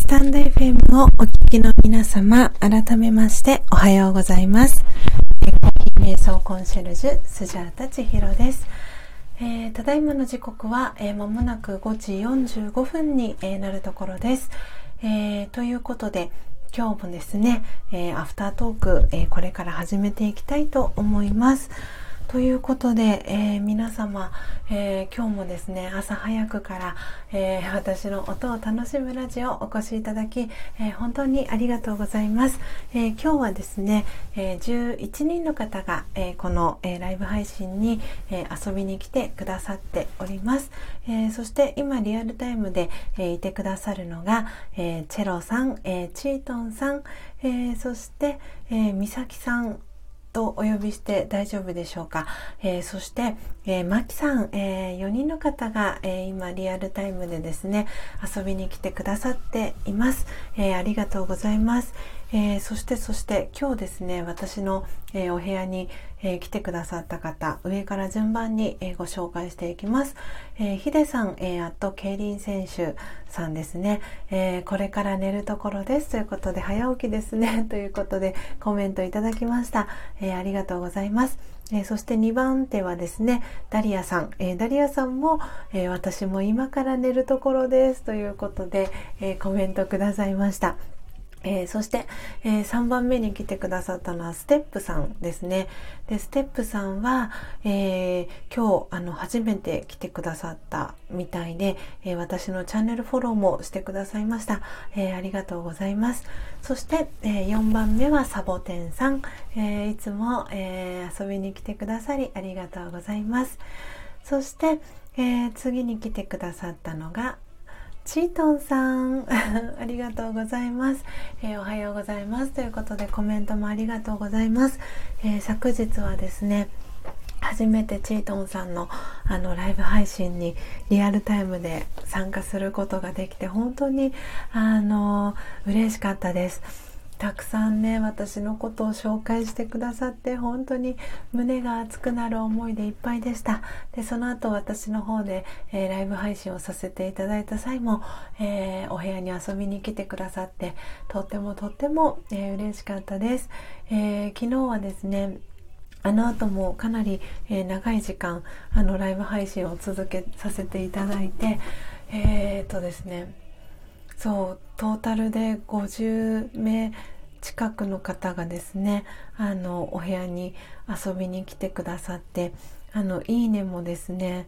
スタンド FM をお聞きの皆様、改めましておはようございます。コーヒー瞑想コンシェルジュスジャータ千尋です。ただいまの時刻は、間もなく5時45分に、なるところです。ということで今日もですね、アフタートーク、これから始めていきたいと思います。ということで、皆様、今日もですね朝早くから、私の音を楽しむラジオをお越しいただき、本当にありがとうございます。今日はですね、11人の方が、この、ライブ配信に、遊びに来てくださっております。そして今リアルタイムで、いてくださるのが、チェロさん、チートンさん、そして、みさきさんとお呼びして大丈夫でしょうか。そして、マキさん、4人の方が、今リアルタイムでですね遊びに来てくださっています。ありがとうございます。そして今日ですね私の、お部屋に、来てくださった方、上から順番に、ご紹介していきます。ヒデさん、あと競輪選手さんですね、これから寝るところですということで早起きですねということでコメントいただきました。ありがとうございます。そして2番手はですねダリアさん、ダリアさんも、私も今から寝るところですということで、コメントくださいました。そして、3番目に来てくださったのはステップさんですね。でステップさんは、今日初めて来てくださったみたいで、私のチャンネルフォローもしてくださいました。ありがとうございます。そして、4番目はサボテンさん、いつも、遊びに来てくださりありがとうございます。そして、次に来てくださったのがチートンさんありがとうございます。おはようございますということでコメントもありがとうございます。昨日はですね初めてチートンさんのライブ配信にリアルタイムで参加することができて本当に嬉しかったです。たくさんね私のことを紹介してくださって本当に胸が熱くなる思いでいっぱいでした。でその後私の方で、ライブ配信をさせていただいた際も、お部屋に遊びに来てくださってとっても、嬉しかったです。昨日はですね後もかなり、長い時間ライブ配信を続けさせていただいてですねそうトータルで50名近くの方がですねお部屋に遊びに来てくださっていいねもですね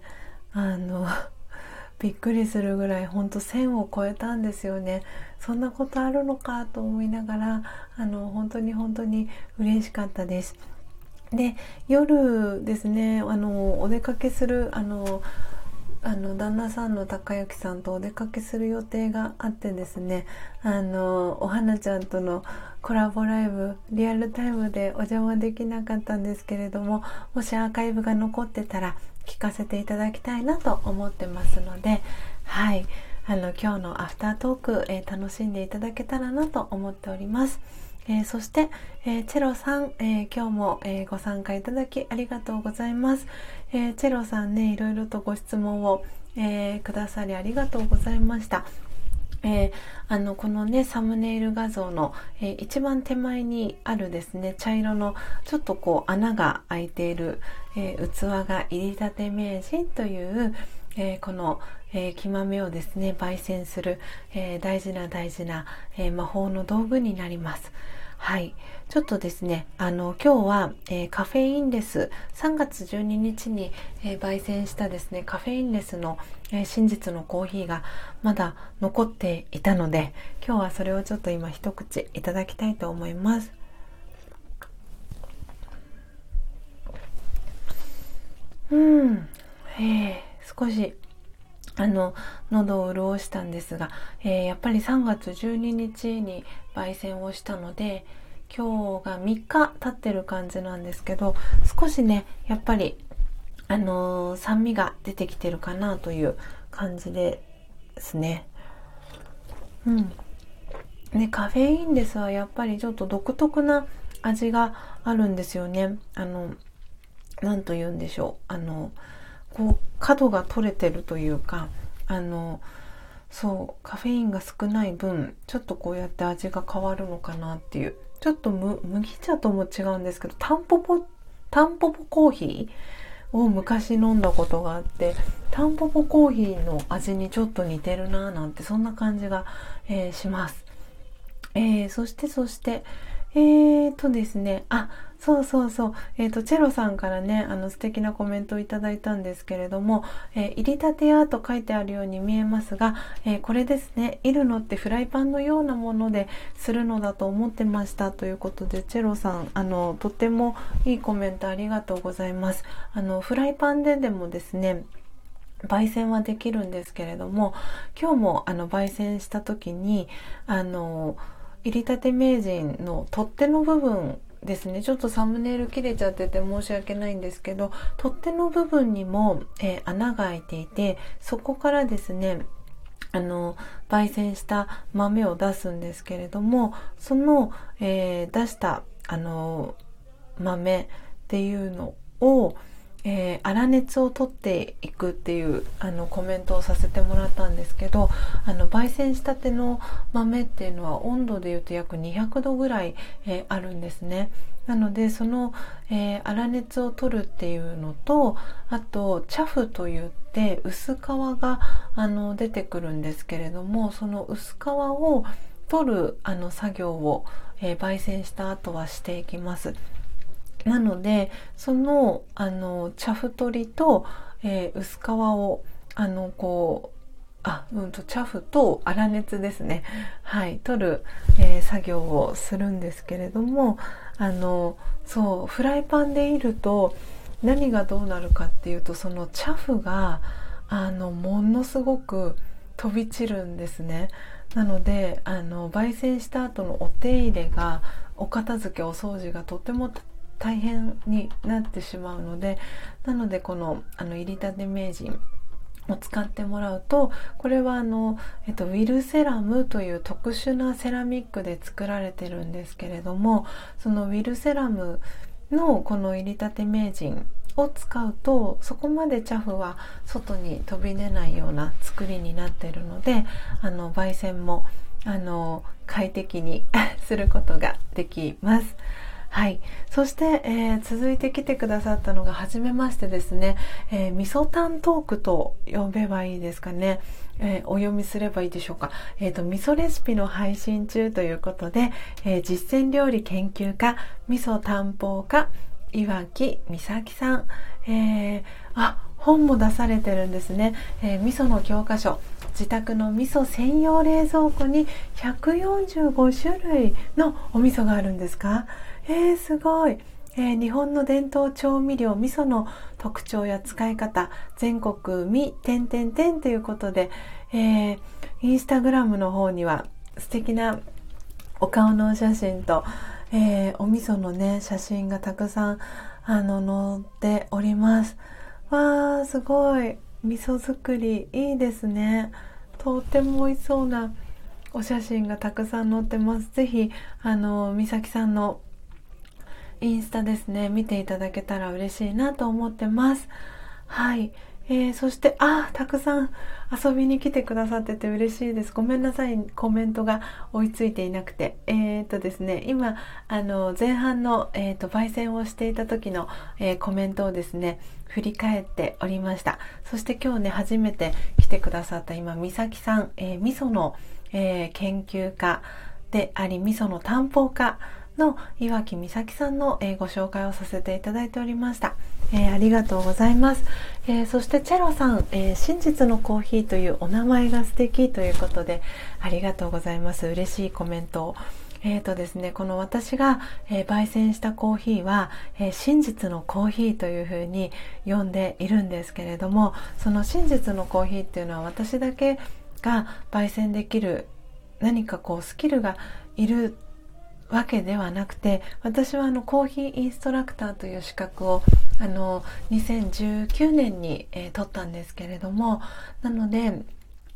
びっくりするぐらい本当1000を超えたんですよね。そんなことあるのかと思いながら本当に嬉しかったです。で夜ですねお出かけする旦那さんの高之さんとお出かけする予定があってですねお花ちゃんとのコラボライブリアルタイムでお邪魔できなかったんですけれども、もしアーカイブが残ってたら聞かせていただきたいなと思ってますので、はい今日のアフタートーク、楽しんでいただけたらなと思っております。そして、チェロさん、今日も、ご参加いただきありがとうございます。チェロさんねいろいろとご質問を、くださりありがとうございました。このねサムネイル画像の、一番手前にあるですね茶色のちょっとこう穴が開いている、器が入りたて名人という、この、木豆をですね焙煎する、大事な、魔法の道具になります。はい、ちょっとですね今日は、カフェインレス3月12日に、焙煎したですねカフェインレスの、真実のコーヒーがまだ残っていたので今日はそれをちょっと今一口いただきたいと思います。少し喉を潤したんですが、やっぱり3月12日に焙煎をしたので今日が3日経ってる感じなんですけど少しねやっぱり酸味が出てきてるかなという感じですね。でカフェインレスはやっぱりちょっと独特な味があるんですよね。なんと言うんでしょうこう角が取れてるというかそうカフェインが少ない分ちょっとこうやって味が変わるのかなっていう、ちょっと麦茶とも違うんですけど、タンポポコーヒーを昔飲んだことがあって、タンポポコーヒーの味にちょっと似てるななんて、そんな感じが、します。そしてですね、そう、チェロさんからね、素敵なコメントをいただいたんですけれども、入りたてやと書いてあるように見えますが、これですね、いるのってフライパンのようなものでするのだと思ってましたということで、チェロさん、とってもいいコメントありがとうございます。フライパンでもですね、焙煎はできるんですけれども、今日も焙煎した時に入りたて名人の取っ手の部分ですね、ちょっとサムネイル切れちゃってて申し訳ないんですけど、取っ手の部分にも、穴が開いていて、そこからですね焙煎した豆を出すんですけれども、その、出した豆っていうのを粗熱を取っていくっていうコメントをさせてもらったんですけど、焙煎したての豆っていうのは温度でいうと約200度ぐらい、あるんですね。なのでその、粗熱を取るっていうのと、あとチャフといって薄皮が出てくるんですけれども、その薄皮を取る作業を、焙煎した後はしていきます。なのでそのチャフ取りと、薄皮をチャフと粗熱ですね、取る、作業をするんですけれども、そうフライパンでいると何がどうなるかっていうと、そのチャフがものすごく飛び散るんですね。なので焙煎した後のお手入れが、お片付けお掃除がとても大変になってしまうので、なのでこの入りたて名人を使ってもらうと、これはウィルセラムという特殊なセラミックで作られてるんですけれども、そのウィルセラムのこの入りたて名人を使うと、そこまでチャフは外に飛び出ないような作りになっているので、焙煎も快適にすることができます。そして、続いて来てくださったのが、初めましてですね、味噌タントークと呼べばいいですかね、お読みすればいいでしょうか。味噌レシピの配信中ということで、実践料理研究家、味噌担当家、岩木美咲さん、本も出されてるんですね。味噌の教科書、自宅の味噌専用冷蔵庫に145種類のお味噌があるんですか？すごい。日本の伝統調味料味噌の特徴や使い方、全国味点々点ということで、インスタグラムの方には素敵なお顔のお写真と、お味噌のね写真がたくさん載っております。わー、すごい。味噌作りいいですね。とっても美味しそうなお写真がたくさん載ってます。ぜひ美咲さんのインスタですね、見ていただけたら嬉しいなと思ってます。そしてたくさん遊びに来てくださってて嬉しいです。ごめんなさい、コメントが追いついていなくて。ですね、今前半の、焙煎をしていた時の、コメントをですね振り返っておりました。そして今日ね、初めて来てくださった美咲さん、味噌の、研究家であり味噌の担当家の岩木美咲さんの、ご紹介をさせていただいておりました。ありがとうございます。そしてチェロさん、真実のコーヒーというお名前が素敵ということで、ありがとうございます。嬉しいコメントを。ですね、この私が、焙煎したコーヒーは、真実のコーヒーというふうに呼んでいるんですけれども、その真実のコーヒーっていうのは私だけが焙煎できる何かスキルがいるわけではなくて、私はコーヒーインストラクターという資格を2019年に、取ったんですけれども、なので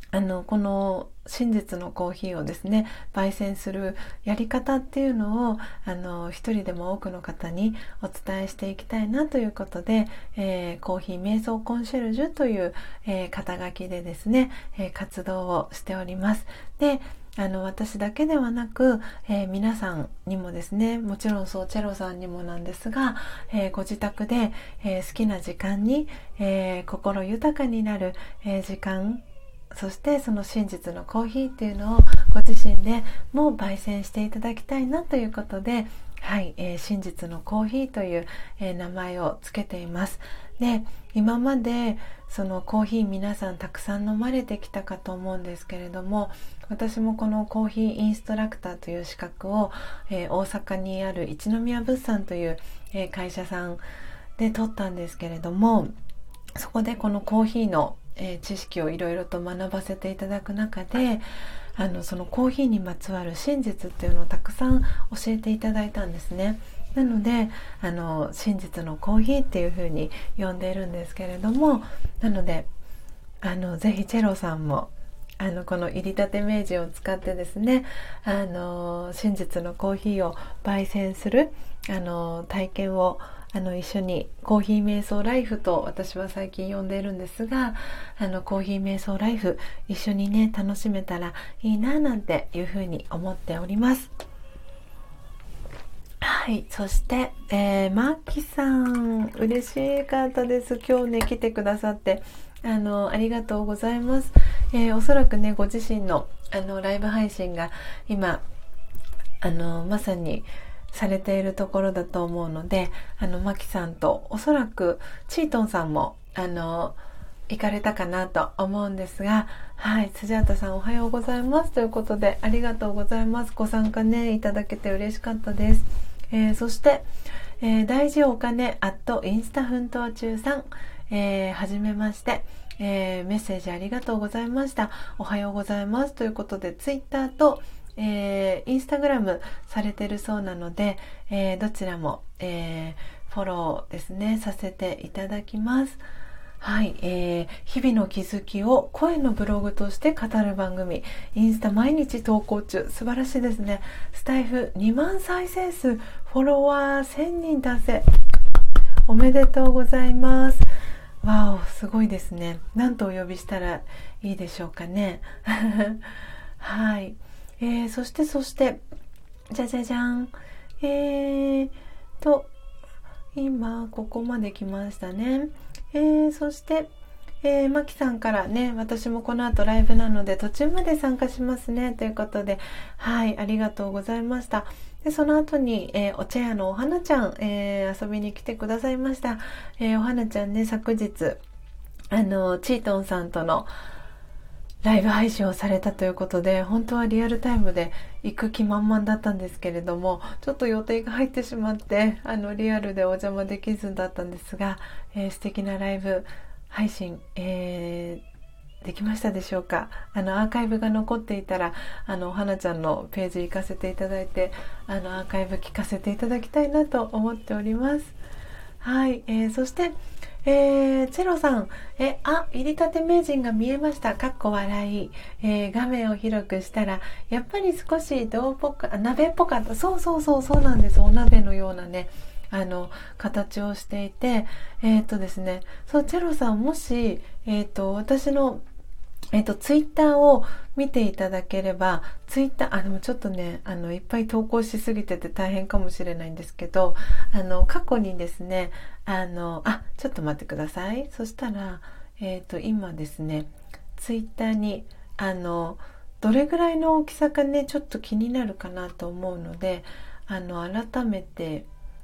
この真実のコーヒーをですね焙煎するやり方っていうのを一人でも多くの方にお伝えしていきたいなということで、コーヒー瞑想コンシェルジュという、肩書きでですね、活動をしております。で私だけではなく、皆さんにもですね、もちろんチェロさんにもなんですが、ご自宅で、好きな時間に、心豊かになる、時間、そしてその真実のコーヒーっていうのをご自身でも焙煎していただきたいなということで、はい、真実のコーヒーという、名前をつけています。で、今までそのコーヒー皆さんたくさん飲まれてきたかと思うんですけれども、私もこのコーヒーインストラクターという資格を、大阪にある一宮物産という、会社さんで取ったんですけれども、そこでこのコーヒーの知識をいろいろと学ばせていただく中でそのコーヒーにまつわる真実っていうのをたくさん教えていただいたんですね。なので真実のコーヒーっていう風に呼んでいるんですけれども、なのでぜひチェロさんもこの入りたて名人を使ってですね真実のコーヒーを焙煎する体験を一緒にコーヒー瞑想ライフと私は最近呼んでいるんですが、コーヒー瞑想ライフ一緒にね楽しめたらいいななんていうふうに思っております。はい、そして、マキさん嬉しかったです。今日ね来てくださってありがとうございます。おそらくねご自身のライブ配信が今まさにされているところだと思うので、マキさんとおそらくチートンさんも行かれたかなと思うんですが、はい、スジャータさんおはようございますということでありがとうございます。ご参加ねいただけて嬉しかったです。そして、大事お金インスタ奮闘中さん、はじめまして、メッセージありがとうございました。おはようございますということでツイッターとインスタグラムされてるそうなので、どちらも、フォローですねさせていただきます。はい、日々の気づきを声のブログとして語る番組、インスタ毎日投稿中、素晴らしいですね。スタイフ2万再生数、フォロワー1000人達成、おめでとうございます。わお、すごいですね。何とお呼びしたらいいでしょうかね。はい、そしてじゃじゃじゃん、今ここまで来ましたね。そして、マキさんからね、私もこの後ライブなので途中まで参加しますねということで、はい、ありがとうございました。でその後に、お茶屋のお花ちゃん、遊びに来てくださいました。お花ちゃんね、昨日チートンさんとのライブ配信をされたということで、本当はリアルタイムで行く気満々だったんですけれども、ちょっと予定が入ってしまってリアルでお邪魔できずだったんですが、素敵なライブ配信、できましたでしょうか。アーカイブが残っていたらお花ちゃんのページ行かせていただいてアーカイブ聞かせていただきたいなと思っております。はい、そしてチェロさん、入りたて名人が見えました。かっこ笑い。画面を広くしたら、やっぱり少し鍋っぽかった。そうなんです。お鍋のようなね、形をしていて、ですね、チェロさん、もし、私のツイッターを見ていただければ、ツイッター、でもちょっとね、いっぱい投稿しすぎてて大変かもしれないんですけど、過去にですね、ちょっと待ってください。そしたら、今ですね、ツイッターに、どれぐらいの大きさかね、ちょっと気になるかなと思うので、改めて、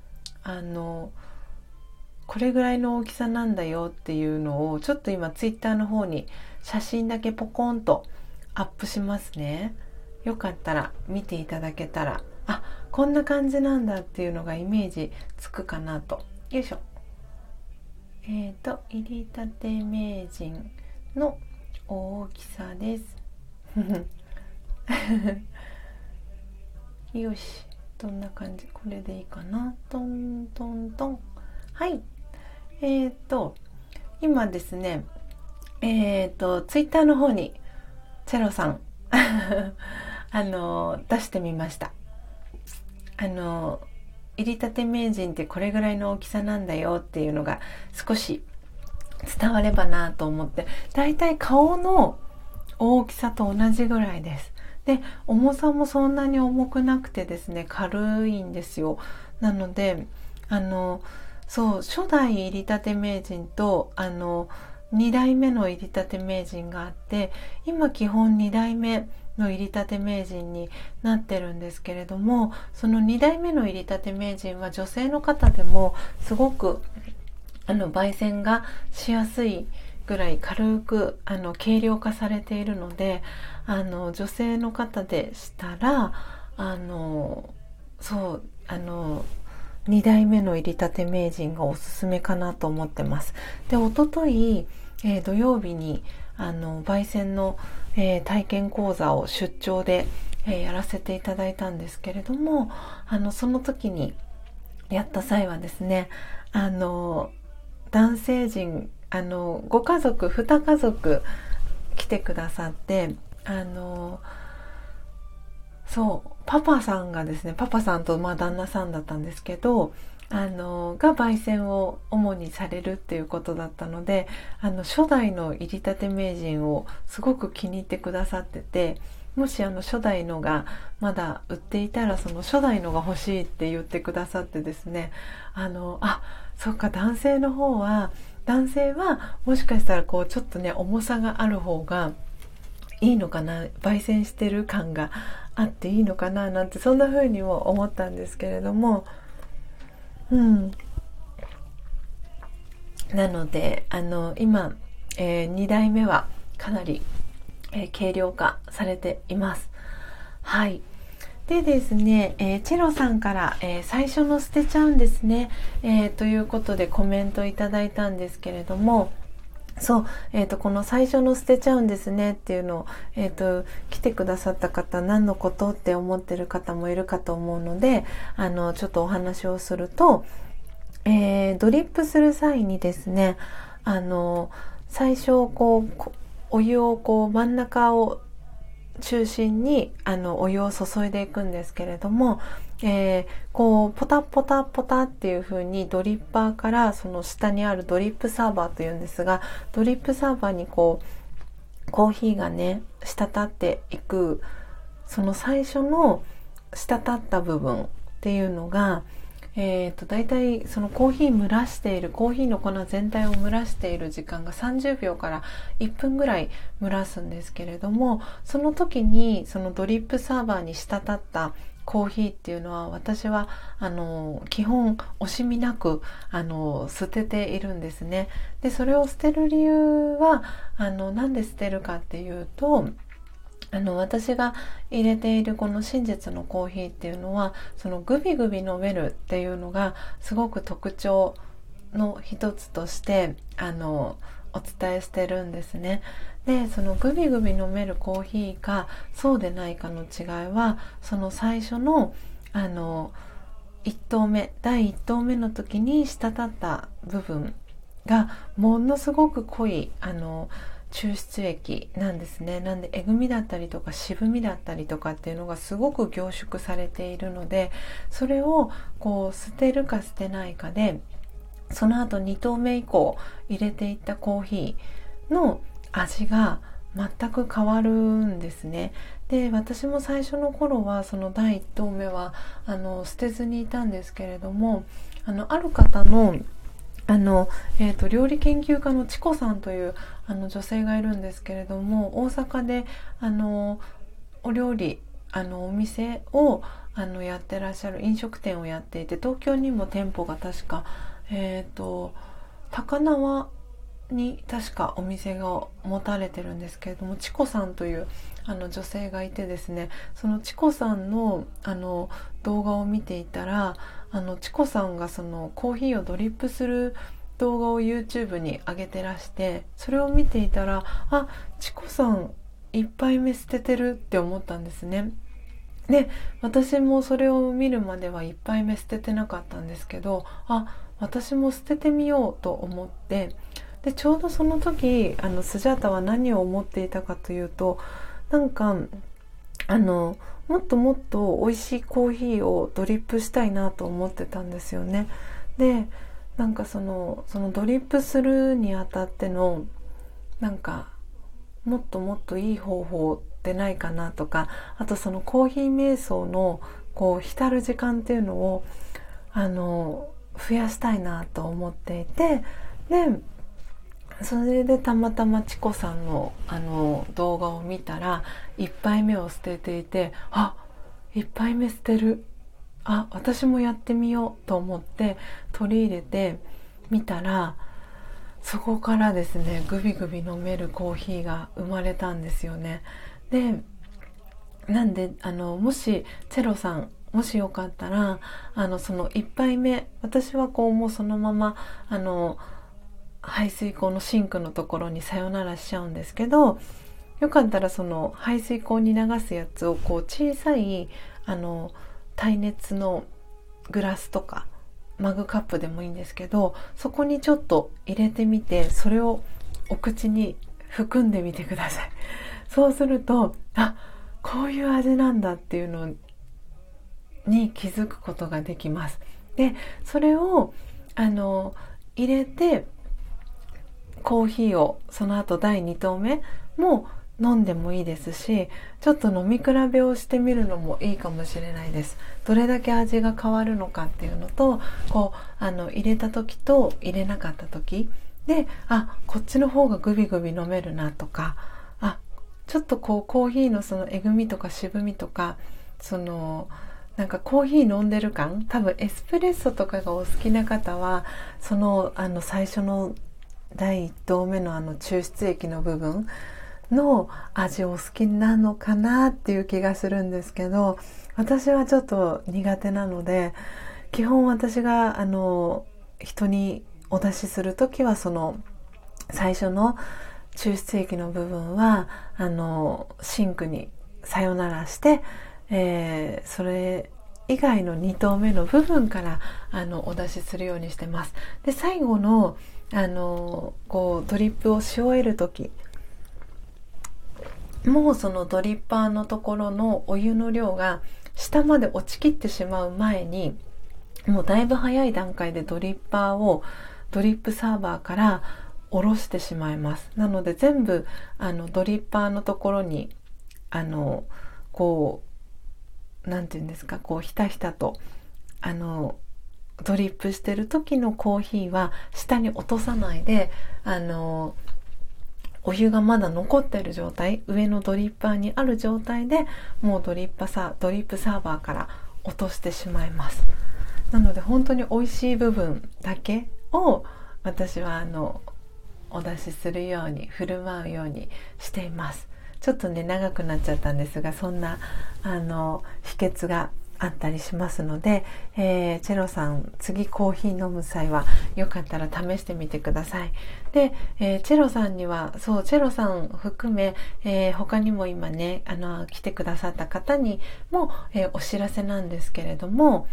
これぐらいの大きさなんだよっていうのをちょっと今ツイッターの方に写真だけポコンとアップしますね。よかったら見ていただけたら、こんな感じなんだっていうのがイメージつくかなと。よいしょ。入りたて名人の大きさです。よし、どんな感じ、これでいいかな。トントントン。はい。今ですね、ツイッターの方にチェロさん出してみました。入りたて名人ってこれぐらいの大きさなんだよっていうのが少し伝わればなと思って、だいたい顔の大きさと同じぐらいです。で、重さもそんなに重くなくてですね、軽いんですよ。なのでそう、初代入りたて名人と2代目の入りたて名人があって、今基本2代目の入りたて名人になってるんですけれども、その2代目の入りたて名人は女性の方でもすごく焙煎がしやすいぐらい軽く軽量化されているので、女性の方でしたらそう2代目の入りたて名人がおすすめかなと思ってます。で、おととい、土曜日に焙煎の、体験講座を出張で、やらせていただいたんですけれども、その時にやった際はですね、男性陣ご家族2家族来てくださって、そうパパさんがですね、パパさんと旦那さんだったんですけど、が焙煎を主にされるっていうことだったので、初代の入りたて名人をすごく気に入ってくださってて、もし初代のがまだ売っていたらその初代のが欲しいって言ってくださってですね、そっか、男性はもしかしたらこうちょっとね重さがある方がいいのかな、焙煎してる感があっていいのかななんて、そんな風にも思ったんですけれども、なので今、2代目はかなり、軽量化されています。はい。でですね、チェロさんから、最初の捨てちゃうんですね、ということでコメントいただいたんですけれども、そう、この最初の捨てちゃうんですねっていうのを、来てくださった方、何のことって思ってる方もいるかと思うので、ちょっとお話をすると、ドリップする際にですね、最初こうお湯をこう真ん中を中心にお湯を注いでいくんですけれども、こうポタポタポタっていう風にドリッパーからその下にあるドリップサーバーというんですが、ドリップサーバーにこうコーヒーがね滴っていく、その最初の滴った部分っていうのがだいたいそのコーヒーの粉全体を蒸らしている時間が30秒から1分ぐらい蒸らすんですけれども、その時にそのドリップサーバーに滴ったコーヒーっていうのは、私は基本惜しみなく捨てているんですね。で、それを捨てる理由はなんで捨てるかっていうと、私が入れているこの真実のコーヒーっていうのは、そのグビグビ飲めるっていうのがすごく特徴の一つとしてお伝えしてるんですね。で、そのグビグビ飲めるコーヒーかそうでないかの違いは、その最初の第1投目の時に滴った部分がものすごく濃い抽出液なんですね。なんでえぐみだったりとか渋みだったりとかっていうのがすごく凝縮されているので、それをこう捨てるか捨てないかで、その後2投目以降入れていったコーヒーの味が全く変わるんですね。で、私も最初の頃はその第1投目は捨てずにいたんですけれども、ある方の料理研究家のチコさんという女性がいるんですけれども、大阪でお料理お店をやってらっしゃる、飲食店をやっていて、東京にも店舗が確か高輪に確かお店が持たれてるんですけれども、チコさんという女性がいてですね、そのチコさんの動画を見ていたら、チコさんがそのコーヒーをドリップする動画を YouTube に上げてらして、それを見ていたら、チコさん1杯目捨ててるって思ったんですね。で、私もそれを見るまでは1杯目捨ててなかったんですけど、私も捨ててみようと思って、でちょうどその時スジャータは何を思っていたかというと、 なんかもっともっと美味しいコーヒーをドリップしたいなと思ってたんですよね。でなんかそのドリップするにあたってのなんかもっともっといい方法ってないかなとか、あとそのコーヒー瞑想のこう浸る時間っていうのを増やしたいなと思っていて、でそれでたまたまチコさんの動画を見たら1杯目を捨てていて、1杯目捨てる、私もやってみようと思って取り入れてみたら、そこからですねグビグビ飲めるコーヒーが生まれたんですよね。でなんでもしチェロさんもしよかったらその1杯目、私はこうもうそのまま排水口のシンクのところにさよならしちゃうんですけど、よかったらその排水口に流すやつをこう小さい耐熱のグラスとかマグカップでもいいんですけど、そこにちょっと入れてみて、それをお口に含んでみてください。そうするとこういう味なんだっていうのに気づくことができます。でそれを入れてコーヒーをその後第2投目も飲んでもいいですし、ちょっと飲み比べをしてみるのもいいかもしれないです。どれだけ味が変わるのかっていうのと、こう入れた時と入れなかった時で、こっちの方がグビグビ飲めるなとか、ちょっとこうコーヒーのそのえぐみとか渋みとか、なんかコーヒー飲んでる感、多分エスプレッソとかがお好きな方は最初の第1投目の抽出液の部分の味を好きなのかなっていう気がするんですけど、私はちょっと苦手なので、基本私が人にお出しするときはその最初の抽出液の部分はシンクにさよならして、それ以外の2投目の部分からお出しするようにしてます。で最後のこうドリップをし終えるときもうそのドリッパーのところのお湯の量が下まで落ちきってしまう前に、もうだいぶ早い段階でドリッパーをドリップサーバーから下ろしてしまいます。なので全部ドリッパーのところにこうなんていうんですか、こうひたひたとドリップしてる時のコーヒーは下に落とさないでお湯がまだ残っている状態、上のドリッパーにある状態でもうドリップサーバーから落としてしまいます。なので本当に美味しい部分だけを私はお出しするように振る舞うようにしています。ちょっとね長くなっちゃったんですが、そんな秘訣があったりしますので、チェロさん次コーヒー飲む際はよかったら試してみてください。で、チェロさんにはチェロさん含め、他にも今ね来てくださった方にも、お知らせなんですけれども、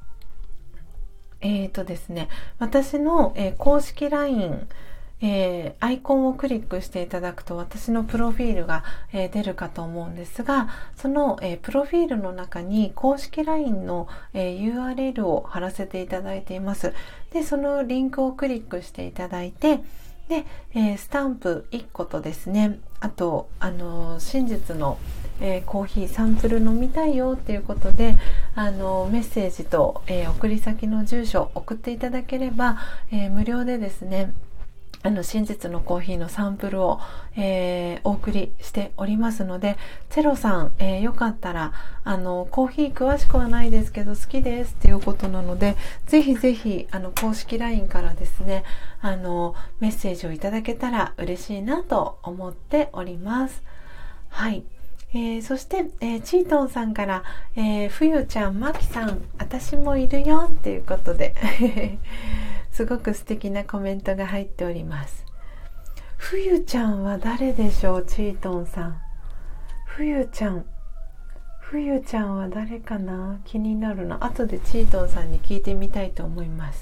ですね、私の、公式 LINEアイコンをクリックしていただくと私のプロフィールが、出るかと思うんですが、その、プロフィールの中に公式 LINE の、URL を貼らせていただいています。でそのリンクをクリックしていただいて、で、スタンプ1個とですね、あと真実のコーヒーサンプル飲みたいよっていうことでメッセージと、送り先の住所送っていただければ、無料でですね真実のコーヒーのサンプルを、お送りしておりますので、チェロさん、よかったらコーヒー詳しくはないですけど好きですっていうことなので、ぜひぜひ公式 LINE からですねメッセージをいただけたら嬉しいなと思っております。はい。そして、チートンさんから、冬ちゃん、マキさん、私もいるよっていうことですごく素敵なコメントが入っております。冬ちゃんは誰でしょう、チートンさん。冬ちゃんは誰かな、気になるな。後でチートンさんに聞いてみたいと思います。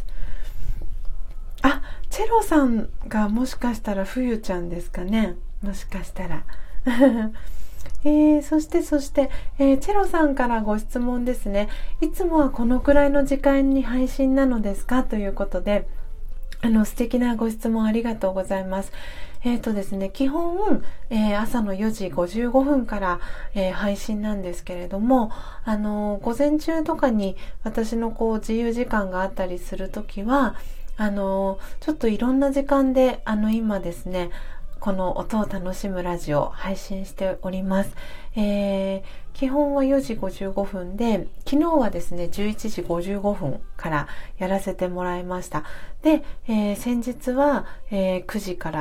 チェロさんがもしかしたら冬ちゃんですかね、もしかしたらそして、チェロさんからご質問ですね。いつもはこのくらいの時間に配信なのですかということで、素敵なご質問ありがとうございます。ですね、基本、朝の4時55分から、配信なんですけれども、午前中とかに私の自由時間があったりするときは、ちょっといろんな時間で、今ですね、この音を楽しむラジオ配信しております。基本は4時55分で、昨日はですね、11時55分からやらせてもらいました。で、先日は、9時から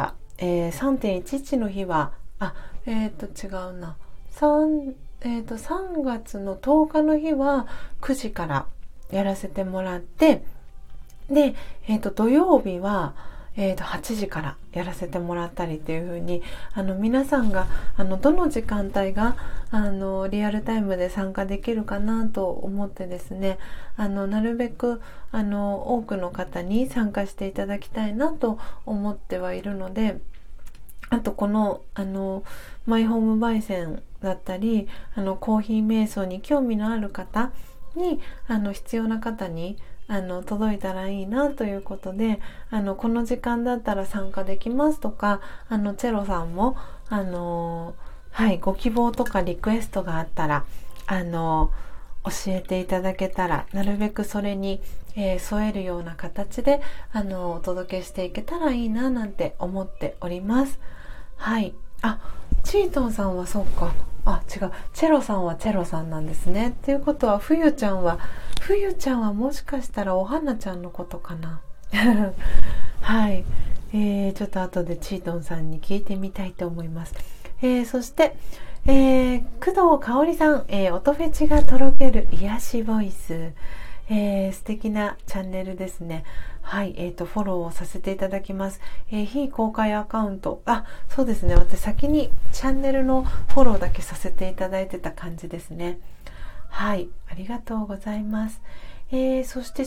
、3.11 の日は、違うな。3月の10日の日は9時からやらせてもらって、で、土曜日は、8時からやらせてもらったりっていう風に皆さんがどの時間帯がリアルタイムで参加できるかなと思ってですねなるべく多くの方に参加していただきたいなと思ってはいるので、あとこのマイホーム焙煎だったりコーヒー瞑想に興味のある方に必要な方に届いたらいいなということでこの時間だったら参加できますとかチェロさんもご希望とかリクエストがあったら教えていただけたらなるべくそれに、添えるような形でお届けしていけたらいいななんて思っております。はい。チートンさんはそうか。違う。チェロさんはチェロさんなんですね。ということは、冬ちゃんはもしかしたらお花ちゃんのことかな。はい。ちょっと後でチートンさんに聞いてみたいと思います。そして、工藤香織さん、音フェチがとろける癒しボイス。素敵なチャンネルですね。はい、フォローをさせていただきます。非公開アカウント。そうですね。私先にチャンネルのフォローだけさせていただいてた感じですね。はい、ありがとうございます。そして、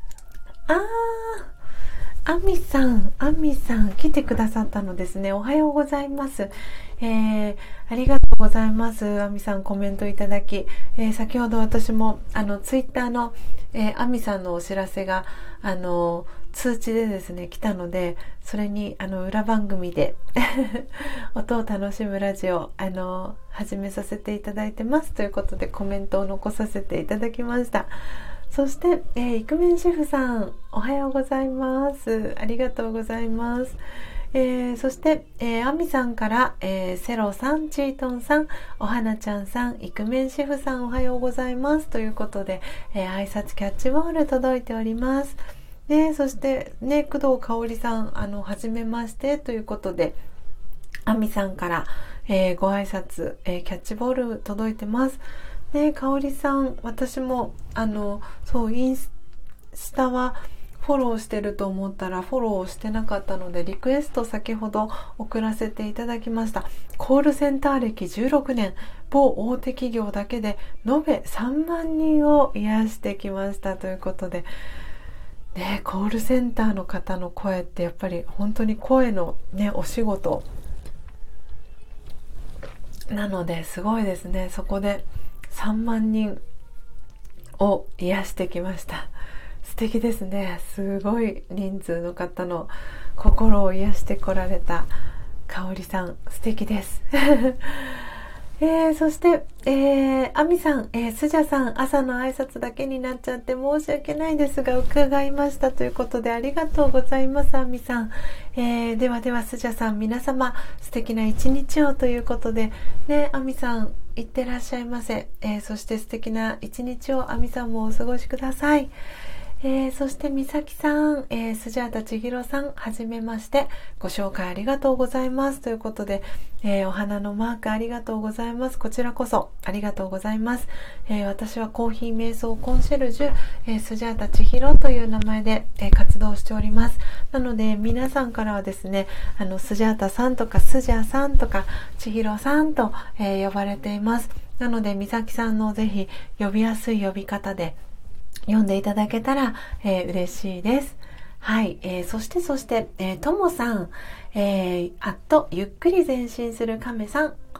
アミさん来てくださったのですね。おはようございます。ありがとうございます。アミさんコメントいただき、先ほど私もツイッターの、アミさんのお知らせが通知でですね来たので、それに裏番組で音を楽しむラジオ始めさせていただいてますということでコメントを残させていただきました。そして、イクメンシェフさんおはようございます。ありがとうございます。そして、アミさんから、セロさん、チートンさん、お花ちゃんさん、イクメンシェフさんおはようございますということで、挨拶キャッチボール届いております。そしてね、工藤香織さんはじめましてということでアミさんから、ご挨拶、キャッチボール届いてます。香織さん、私もインスタはフォローしてると思ったらフォローしてなかったのでリクエスト先ほど送らせていただきました。コールセンター歴16年、某大手企業だけで延べ3万人を癒してきましたということで、コールセンターの方の声ってやっぱり本当に声のお仕事なのですごいですね。そこで3万人を癒してきました。素敵ですね。すごい人数の方の心を癒してこられた香織さん、素敵です。そして、アミさん、スジャさん、朝の挨拶だけになっちゃって申し訳ないですが伺いましたということでありがとうございます。アミさん、ではスジャさん、皆様素敵な一日をということでアミさんいってらっしゃいませ。そして素敵な一日をアミさんもお過ごしください。そしてみさきさん、スジャータ千尋さん、はじめまして、ご紹介ありがとうございますということで、お花のマークありがとうございます。こちらこそありがとうございます。私はコーヒー瞑想コンシェルジュ、スジャータ千尋という名前で、活動しております。なので皆さんからはですね、スジャータさんとかスジャーさんとか千尋さんと、呼ばれています。なのでみさきさんのぜひ呼びやすい呼び方で読んでいただけたら、嬉しいです。はい、そして、ともさん、ゆっくり前進する亀さん、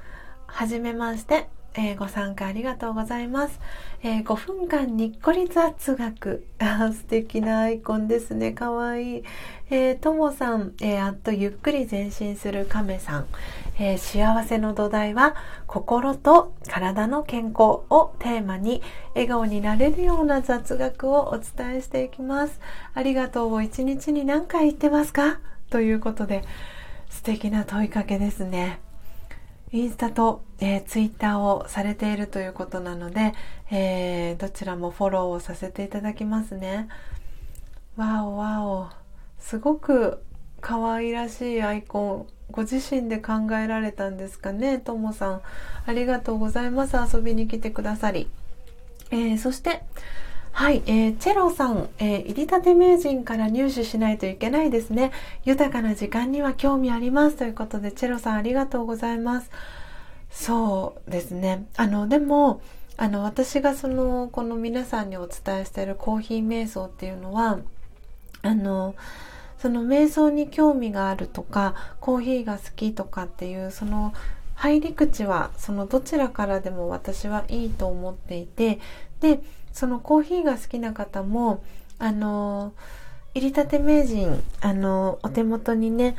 はじめまして、ご参加ありがとうございます。5分間にっこり雑学。素敵なアイコンですね。かわいい。ともさん、ゆっくり前進する亀さん。幸せの土台は心と体の健康をテーマに笑顔になれるような雑学をお伝えしていきます。ありがとうを1日に何回言ってますか？ということで、素敵な問いかけですね。インスタと、ツイッターをされているということなので、どちらもフォローをさせていただきますね。わおわお、すごく可愛らしいアイコン、ご自身で考えられたんですかね。ともさん、ありがとうございます。遊びに来てくださり。そして、はい、チェロさん、入りたて名人から入手しないといけないですね。豊かな時間には興味ありますということで、チェロさんありがとうございます。そうですね。でも私がこの皆さんにお伝えしているコーヒー瞑想っていうのは、その瞑想に興味があるとか、コーヒーが好きとかっていうその入り口はどちらからでも私はいいと思っていて、でそのコーヒーが好きな方も入りたて名人お手元にね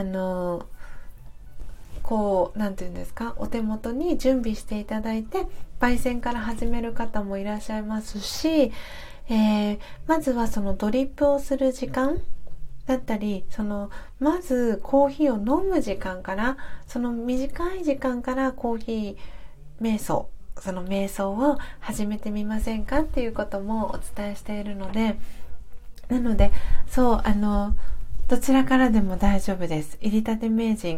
なんていうんですか、お手元に準備していただいて焙煎から始める方もいらっしゃいますし、まずはそのドリップをする時間だったり、まずコーヒーを飲む時間から、その短い時間からコーヒー瞑想、その瞑想を始めてみませんかっていうこともお伝えしているので、なのでどちらからでも大丈夫です。入りたて名人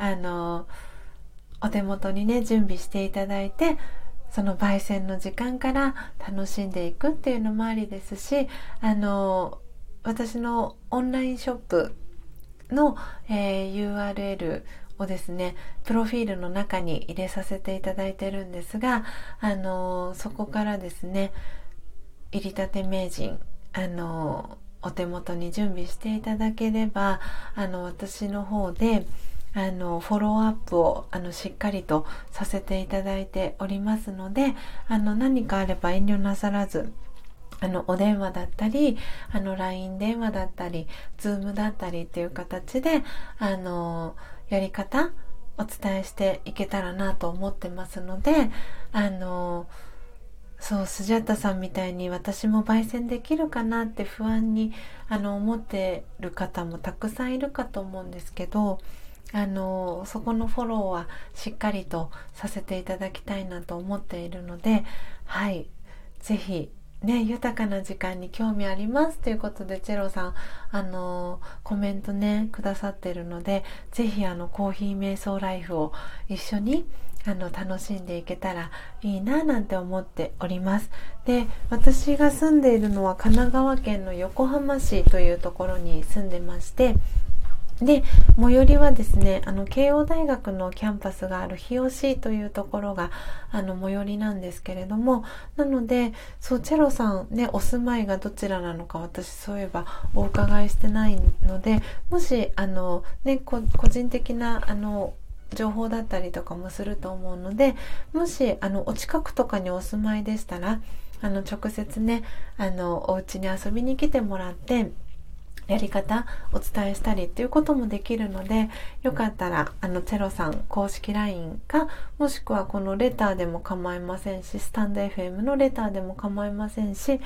お手元にね準備していただいて、その焙煎の時間から楽しんでいくっていうのもありですし、私のオンラインショップの、URL をですねプロフィールの中に入れさせていただいてるんですが、そこからですね入りたて名人お手元に準備していただければ私の方でフォローアップをしっかりとさせていただいておりますので、何かあれば遠慮なさらずお電話だったりLINE 電話だったり Zoom だったりっていう形でやり方お伝えしていけたらなと思ってますので、スジャッタさんみたいに私も焙煎できるかなって不安に思ってる方もたくさんいるかと思うんですけど、そこのフォローはしっかりとさせていただきたいなと思っているので、はい、ぜひね、豊かな時間に興味ありますということでチェロさんコメントねくださっているので、ぜひコーヒー瞑想ライフを一緒に楽しんでいけたらいいななんて思っております。で、私が住んでいるのは神奈川県の横浜市というところに住んでまして、で最寄りはですね慶応大学のキャンパスがある日吉というところが最寄りなんですけれども、なのでチェロさんねお住まいがどちらなのか私そういえばお伺いしてないので、もし個人的な情報だったりとかもすると思うので、もしお近くとかにお住まいでしたら直接ねお家に遊びに来てもらってやり方お伝えしたりっていうこともできるので、よかったらチェロさん公式 LINE か、もしくはこのレターでも構いませんし、スタンド FM のレターでも構いませんし、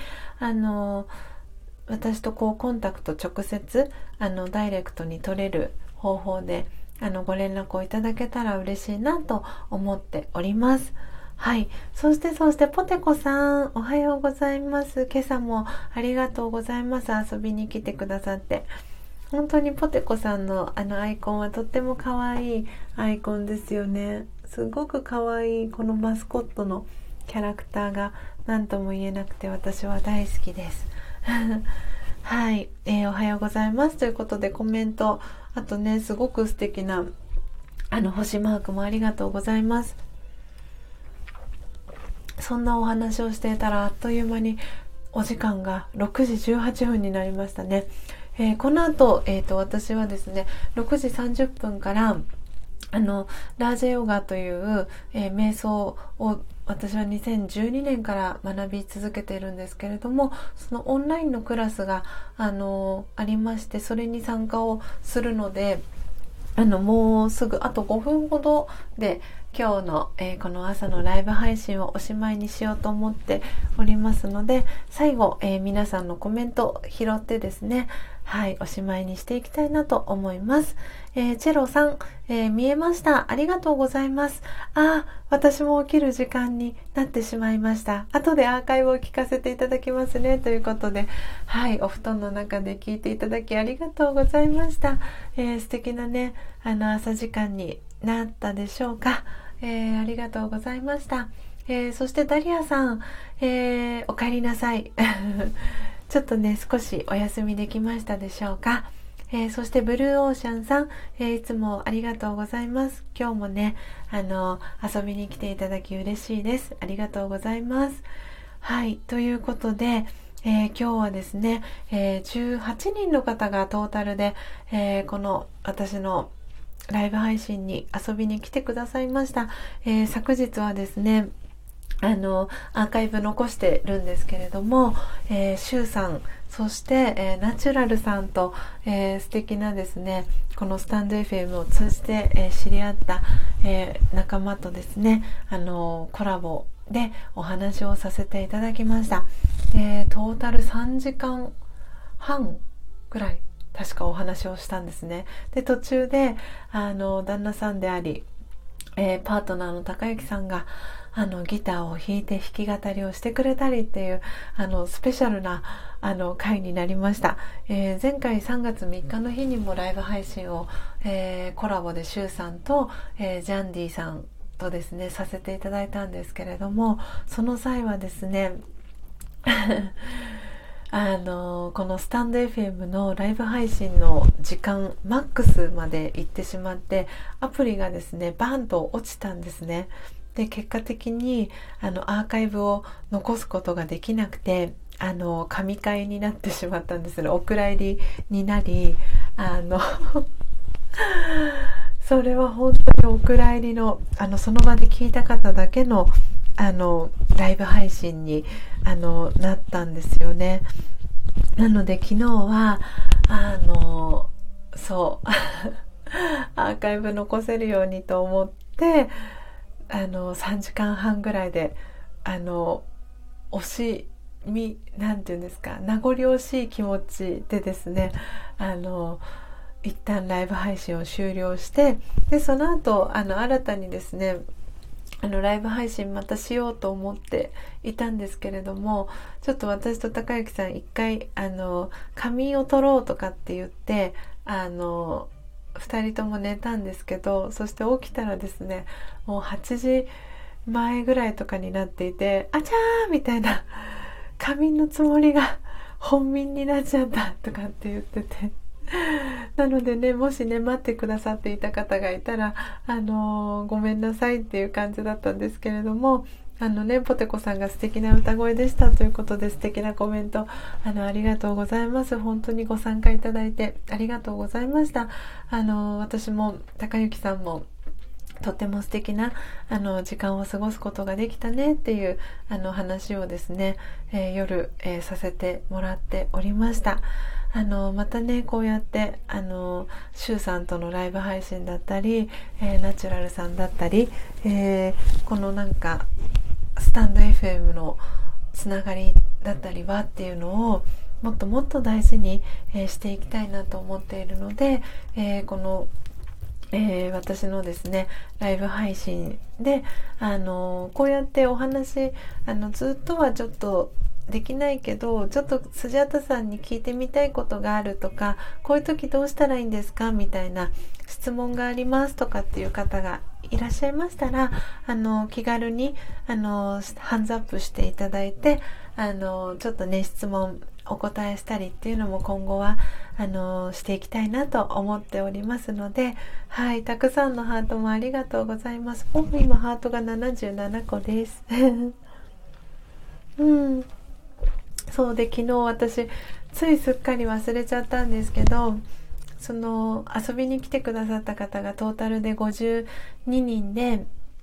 私とコンタクト直接ダイレクトに取れる方法でご連絡をいただけたら嬉しいなと思っております。はい。そしてポテコさんおはようございます。今朝もありがとうございます。遊びに来てくださって。本当にポテコさんのアイコンはとっても可愛いアイコンですよね。すごく可愛いこのマスコットのキャラクターが何とも言えなくて私は大好きです。はい、おはようございますということでコメント、あとねすごく素敵な星マークもありがとうございます。そんなお話をしていたらあっという間にお時間が6時18分になりましたね。この後、私はですね6時30分からラージェヨガという、瞑想を私は2012年から学び続けているんですけれども、そのオンラインのクラスがありまして、それに参加をするので、もうすぐあと5分ほどで今日の、この朝のライブ配信をおしまいにしようと思っておりますので、最後、皆さんのコメントを拾ってですね、はい、おしまいにしていきたいなと思います。チェロさん、見えました。ありがとうございます。私も起きる時間になってしまいました。後でアーカイブを聞かせていただきますね。ということで、はい、お布団の中で聞いていただきありがとうございました。素敵なね、朝時間になったでしょうか。ありがとうございました。そしてダリアさん、お帰りなさい。ちょっとね、少しお休みできましたでしょうか。そしてブルーオーシャンさん、いつもありがとうございます。今日もね、遊びに来ていただき嬉しいです。ありがとうございます。はい、ということで、今日はですね、18人の方がトータルで、この私のライブ配信に遊びに来てくださいました。昨日はですね、アーカイブ残してるんですけれども、シュウさん、そして、ナチュラルさんと、素敵なですね、このスタンド FM を通じて、知り合った、仲間とですね、コラボでお話をさせていただきました。トータル3時間半ぐらい確かお話をしたんですね。で、途中で旦那さんであり、パートナーの高之さんがギターを弾いて弾き語りをしてくれたりっていうスペシャルな回になりました。前回3月3日の日にもライブ配信を、コラボでシュウさんと、ジャンディさんとですねさせていただいたんですけれども、その際はですねこのスタンド FM のライブ配信の時間マックスまで行ってしまって、アプリがですねバーンと落ちたんですね。で、結果的にアーカイブを残すことができなくて、神回になってしまったんですね。お蔵入りになり、それは本当にお蔵入りのその場で聞いた方だけのライブ配信になったんですよね。なので昨日はそうアーカイブ残せるようにと思って3時間半ぐらいでなんていうんですか、名残惜しい気持ちでですね一旦ライブ配信を終了して、でその後新たにですねライブ配信またしようと思っていたんですけれども、ちょっと私と高之さん一回仮眠を取ろうとかって言って2人とも寝たんですけど、そして起きたらですねもう8時前ぐらいとかになっていて、あちゃーみたいな、仮眠のつもりが本眠になっちゃったとかって言っててなのでね、もしね待ってくださっていた方がいたらごめんなさいっていう感じだったんですけれども、ポテコさんが素敵な歌声でしたということで、素敵なコメントありがとうございます。本当にご参加いただいてありがとうございました。私も高之さんもとても素敵な時間を過ごすことができたねっていう話をですね、夜、させてもらっておりました。またねこうやってシュウさんとのライブ配信だったり、ナチュラルさんだったり、このなんかスタンド FM のつながりだったりはっていうのをもっともっと大事に、していきたいなと思っているので、この私のですねライブ配信でこうやってお話ずっとはちょっとできないけど、ちょっとスジャータさんに聞いてみたいことがあるとか、こういう時どうしたらいいんですかみたいな質問がありますとかっていう方がいらっしゃいましたら気軽にハンズアップしていただいてちょっとね質問お答えしたりっていうのも今後はしていきたいなと思っておりますので、はい、たくさんのハートもありがとうございます。今ハートが77個ですうんそうで、昨日私ついすっかり忘れちゃったんですけどその遊びに来てくださった方がトータルで52人で、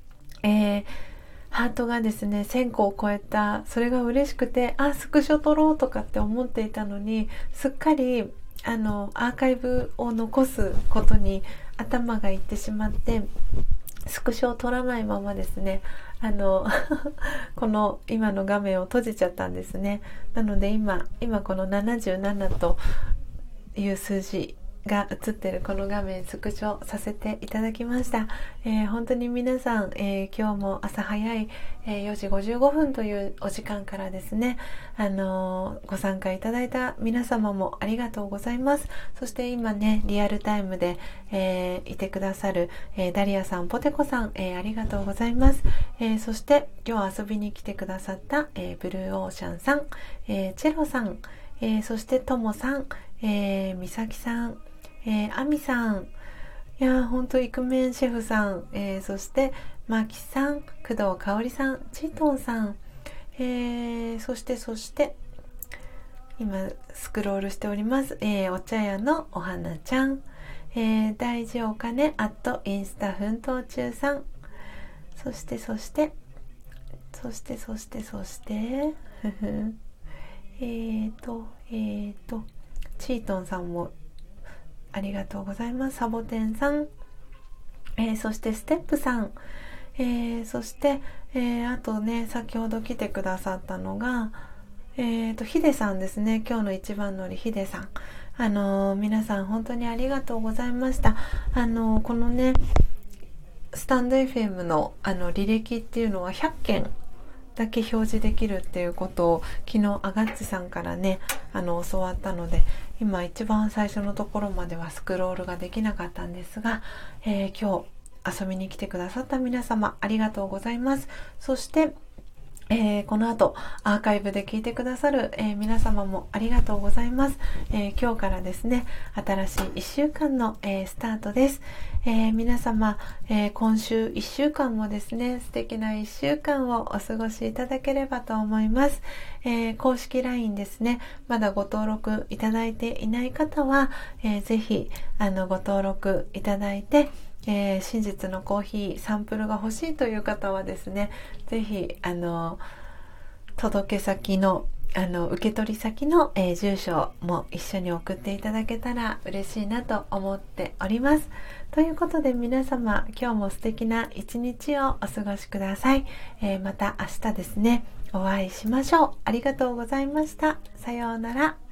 ハートがですね1000個を超えた。それが嬉しくて、スクショ撮ろうとかって思っていたのに、すっかりアーカイブを残すことに頭がいってしまって、スクショを撮らないままですねこの今の画面を閉じちゃったんですね。なので今この77という数字が映ってるこの画面スクショさせていただきました。本当に皆さん、今日も朝早い、4時55分というお時間からですね、ご参加いただいた皆様もありがとうございます。そして今ねリアルタイムで、いてくださる、ダリアさん、ポテコさん、ありがとうございます。そして今日遊びに来てくださった、ブルーオーシャンさん、チェロさん、そしてともさん、みさきさん、あみさん、いや本当イクメンシェフさん、そしてマキさん、工藤香織さん、チートンさん、そして今スクロールしております、お茶屋のお花ちゃん、大事お金インスタ奮闘中さん、そしてチートンさんもありがとうございます。サボテンさん、そしてステップさん、そして、あとね先ほど来てくださったのがヒデさんですね。今日の一番乗りヒデさん、皆さん本当にありがとうございました。このねスタンド FM の履歴っていうのは100件だけ表示できるっていうことを昨日アガッチさんからね教わったので、今一番最初のところまではスクロールができなかったんですが、今日遊びに来てくださった皆様ありがとうございます。そしてこの後アーカイブで聞いてくださる、皆様もありがとうございます。今日からですね新しい1週間の、スタートです。皆様、今週1週間もですね素敵な1週間をお過ごしいただければと思います。公式 LINE ですね、まだご登録いただいていない方は、ぜひご登録いただいて、真実のコーヒーサンプルが欲しいという方はですね、ぜひ届け先の受け取り先の、住所も一緒に送っていただけたら嬉しいなと思っております。ということで皆様今日も素敵な一日をお過ごしください。また明日ですねお会いしましょう。ありがとうございました。さようなら。